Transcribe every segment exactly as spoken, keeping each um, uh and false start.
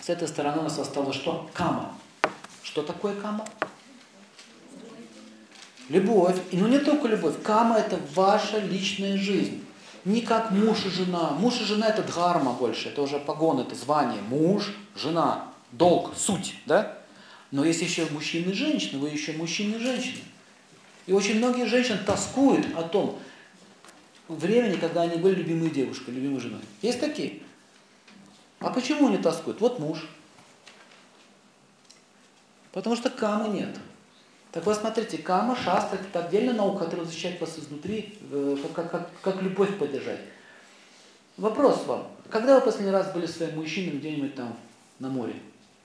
С этой стороны у нас осталось что? Кама. Что такое кама? Любовь. И ну не только любовь. Кама – это ваша личная жизнь. Не как муж и жена. Муж и жена – это дхарма больше. Это уже погон, это звание. Муж, жена, долг, суть. Да? Но есть еще мужчины и женщины. Вы еще мужчины и женщины. И очень многие женщины тоскуют о том времени, когда они были любимой девушкой, любимой женой. Есть такие? А почему они тоскуют? Вот муж. Потому что камы нет. Так вот смотрите, кама, шастра – это отдельная наука, которая защищает вас изнутри, как, как, как любовь поддержать. Вопрос вам. Когда вы последний раз были своим мужчиной где-нибудь там на море?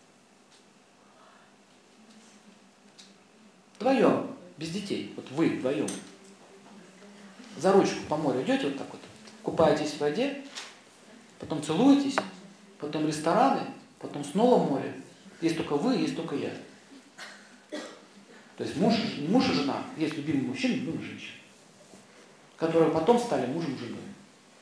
Вдвоем, без детей. Вот вы вдвоем. За ручку по морю идете вот так вот, купаетесь в воде, потом целуетесь, потом рестораны, потом снова море. Есть только вы, есть только я. То есть муж, муж и жена. Есть любимый мужчина, любимая женщина, которые потом стали мужем и женой.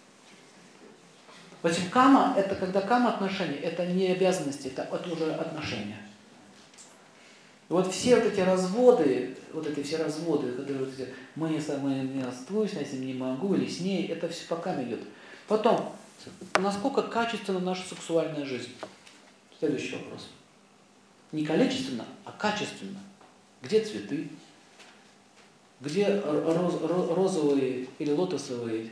В общем, кама, это когда кама отношения, это не обязанности, это, это уже отношения. И вот все вот эти разводы, вот эти все разводы, которые вот эти, мы не, мы не остаюсь, я с ним не могу, или с ней, это все по каме идет. Потом, насколько качественна наша сексуальная жизнь? Следующий вопрос. Не количественно, а качественно. Где цветы? Где роз, розовые или лотосовые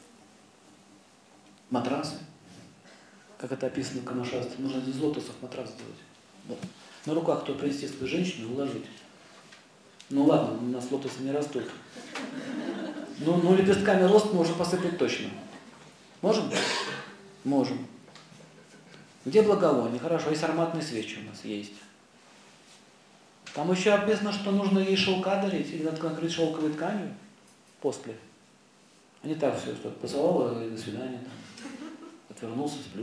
матрасы? Как это описано в Камашастре. Нужно из лотосов матрас сделать. Вот. На руках кто принести свою женщину и уложить. Ну ладно, у нас лотосы не растут. Но, но лепестками рост можно посыпать точно. Можем? Можем. Где благовоние? Хорошо, есть ароматные свечи у нас есть. Там еще описано, что нужно ей шелка дарить, или надо накрыть шелковой тканью после. А не так все, что поцеловала и до свидания, там, отвернулся, сплю.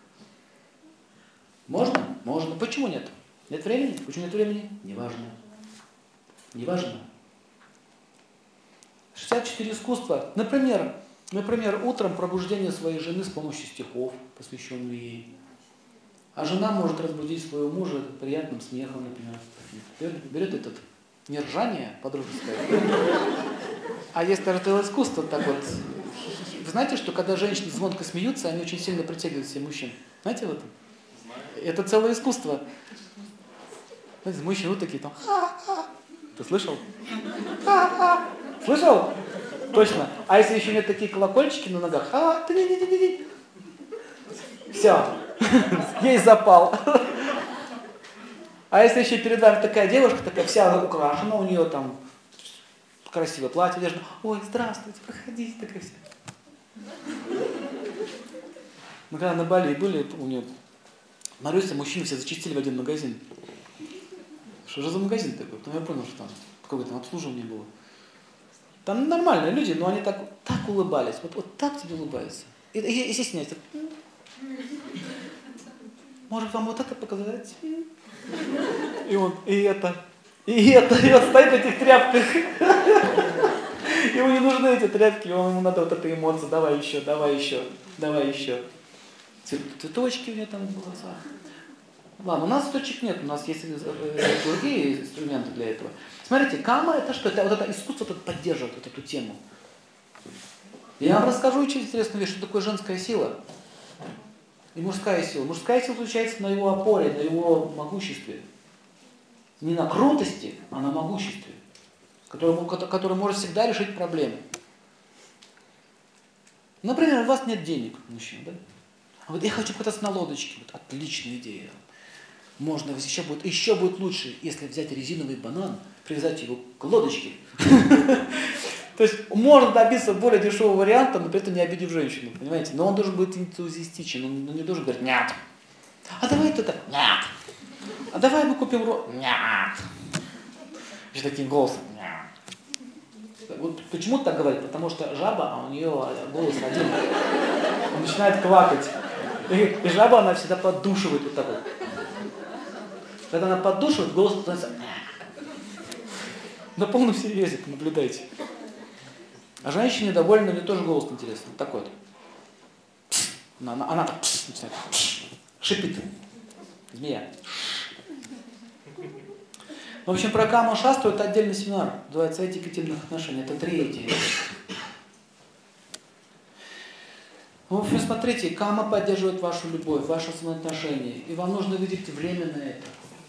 Можно? Можно. Почему нет? Нет времени? Почему нет времени? Неважно. Неважно. шестьдесят четыре искусства. Например, например, утром пробуждение своей жены с помощью стихов, посвященных ей. А жена может разбудить своего мужа приятным смехом, например. Берет, берет этот, не ржание подружеское, а есть даже целое искусство так вот. Вы знаете, что когда женщины звонко смеются, они очень сильно притягивают себе мужчин? Знаете об этом? Это целое искусство. Знаете, мужчины вот такие там. Ха-ха. Ты слышал? Ха-ха. Слышал? Точно. А если еще нет такие колокольчики на ногах? А, все. Есть запал. А если еще перед вами такая девушка, такая вся украшена, у нее там красивое платье, одежда. Ой, здравствуйте, проходите, такая вся. Мы когда на Бали были, у нее, Маруся, мужчины все зачастили в один магазин. Что же за магазин такой? Потом я понял, что там какое-то там обслуживание было. Там нормальные люди, но они так, так улыбались, вот, вот так тебе улыбаются. И, и, и стесняются. Может вам вот это показать? И он, и это, и это, и он стоит в этих тряпках. Ему не нужны эти тряпки, ему надо вот эта эмоция, давай еще, давай еще, давай еще. Цветочки у меня там в глазах. Ладно, у нас цветочек нет, у нас есть другие инструменты для этого. Смотрите, кама это что? Это вот это искусство это поддерживает вот эту тему. Я вам расскажу очень интересную вещь, что такое женская сила и мужская сила. Мужская сила заключается на его опоре, на его могуществе. Не на крутости, а на могуществе, который, который может всегда решить проблемы. Например, у вас нет денег, мужчина, да? А вот я хочу кататься на лодочке. Вот отличная идея. Можно еще будет, еще будет лучше, если взять резиновый банан, привязать его к лодочке. То есть можно добиться более дешевого варианта, но при этом не обидев женщину, понимаете? Но он должен быть энтузиастичен, он не должен говорить «нет». А давай это «нет». А давай мы купим ро... «нет». Еще таким голосом «нет». Вот почему так говорит? Потому что жаба, а у нее голос один. Он начинает квакать. И, и жаба, она всегда поддушивает вот так вот. Когда она поддушивает, голос становится «нет». На полном серьезе, наблюдайте. А женщине довольно, мне тоже голос интересный. Вот такой вот. Она, она, она так начинает шипит. Змея. В общем, про каму шастру это отдельный семинар. Называется «Этика интимных отношений». Это третий. В общем, смотрите, кама поддерживает вашу любовь, ваши взаимоотношения. И вам нужно выделить время на это.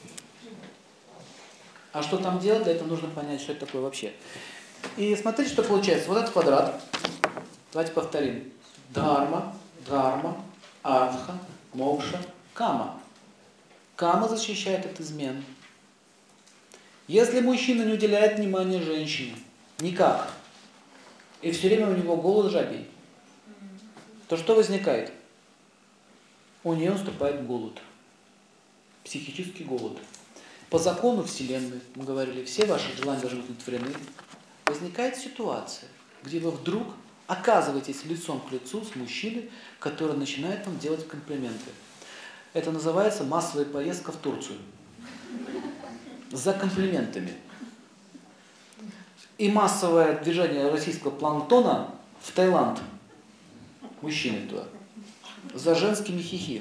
А что там делать, для этого нужно понять, что это такое вообще. И смотрите, что получается. Вот этот квадрат. Давайте повторим. Дхарма, дхарма, артха, мокша, кама. Кама защищает от измен. Если мужчина не уделяет внимания женщине, никак, и все время у него голод жабий, то что возникает? У нее наступает голод. Психический голод. По закону Вселенной, мы говорили, все ваши желания должны быть удовлетворены. Возникает ситуация, где вы вдруг оказываетесь лицом к лицу с мужчиной, который начинает вам делать комплименты. Это называется массовая поездка в Турцию. За комплиментами. И массовое движение российского планктона в Таиланд. Мужчины туда. За женскими хихи.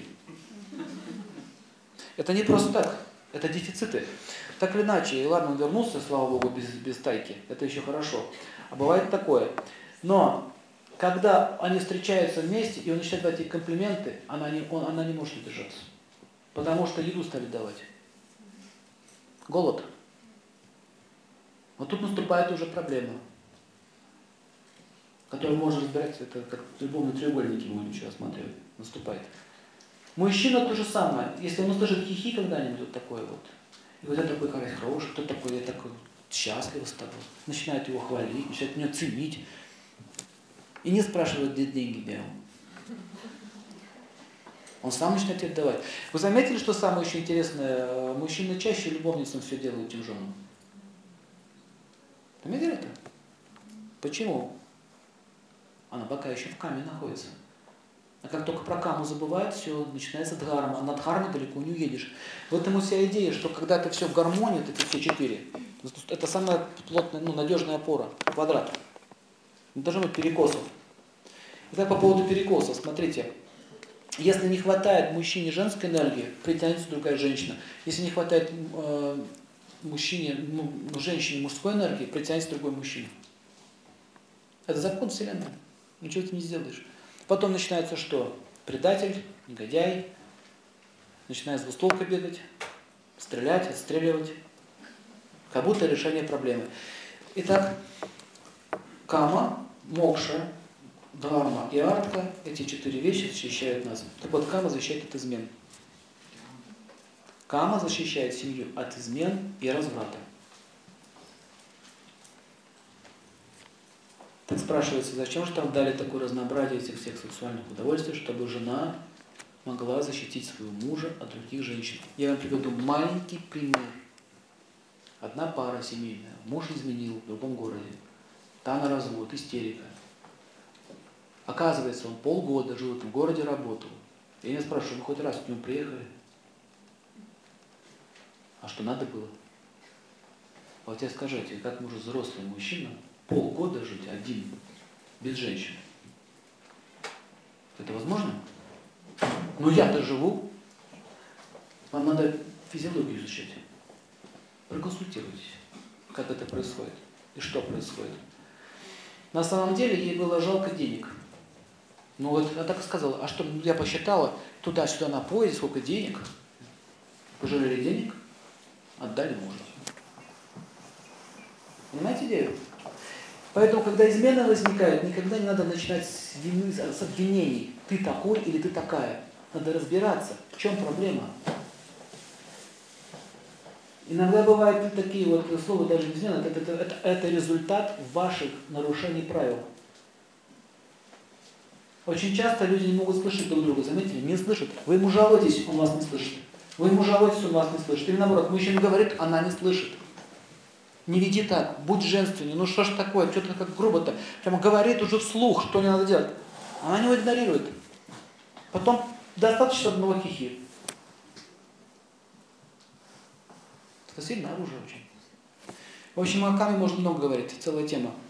Это не просто так. Это дефициты. Так или иначе, и ладно, он вернулся, слава богу, без, без тайки. Это еще хорошо. А бывает такое. Но когда они встречаются вместе, и он начинает давать ей комплименты, она не, он, она не может удержаться. Потому что еду стали давать. Голод. Вот тут наступает уже проблема, которую можно разбирать, это как в любом треугольнике будем еще осматривать, наступает. Мужчина то же самое. Если он услышит хихи когда-нибудь вот такое вот, и вот я такой хороший, кто такой, я такой счастлив с тобой, начинает его хвалить, начинает меня ценить, и не спрашивает, где деньги беру. Он сам начинает их давать. Вы заметили, что самое еще интересное? Мужчины чаще любовницам все делают, чем женам. Заметили это? Почему? Она пока еще в каме находится. А как только про каму забывают, все, начинается дхарма. А на дхарме далеко не уедешь. В этом и вся идея, что когда это все в гармонии, вот эти все четыре, это самая плотная, ну, надежная опора, квадрат. Не должно быть перекосов. Итак, по поводу перекосов, смотрите. Если не хватает мужчине женской энергии, притянется другая женщина. Если не хватает э, мужчине, ну, женщине мужской энергии, притянется другой мужчина. Это закон Вселенной. Ничего ты не сделаешь. Потом начинается что? Предатель, негодяй. Начинает с двустволкой бегать, стрелять, отстреливать. Как будто решение проблемы. Итак, кама, мокша, дхарма и артха, эти четыре вещи защищают нас. Так вот, кама защищает от измен. Кама защищает семью от измен и разврата. Так спрашивается, зачем же там дали такое разнообразие этих всех сексуальных удовольствий, чтобы жена могла защитить своего мужа от других женщин. Я вам приведу маленький пример. Одна пара семейная. Муж изменил в другом городе. Та на развод, истерика. Оказывается, он полгода жил в этом городе, работал. Я меня спрашиваю, вы хоть раз к нему приехали? А что надо было? Вот тебе скажите, как может взрослый мужчина полгода жить один, без женщины? Это возможно? Ну я-то живу. Вам надо физиологию изучать. Проконсультируйтесь, как это происходит и что происходит. На самом деле ей было жалко денег. Ну вот я так и сказала, а что, я посчитала, туда-сюда на поезде, сколько денег, пожалели денег, отдали мужу. Понимаете идею? Поэтому, когда измена возникает, никогда не надо начинать с, вины, с обвинений. Ты такой или ты такая. Надо разбираться, в чем проблема. Иногда бывают такие вот слова, даже измена, это, это, это, это результат ваших нарушений правил. Очень часто люди не могут слышать друг друга, заметили, не слышат. Вы ему жалуетесь, он вас не слышит. Вы ему жалуетесь, он вас не слышит. Или наоборот, мужчина говорит, она не слышит. Не веди так, будь женственней. Ну что ж такое, что-то как грубо-то. Прямо говорит уже вслух, что не надо делать. Она его игнорирует. Потом достаточно одного хихи. Это сильное оружие очень. В общем, о каме можно много говорить, целая тема.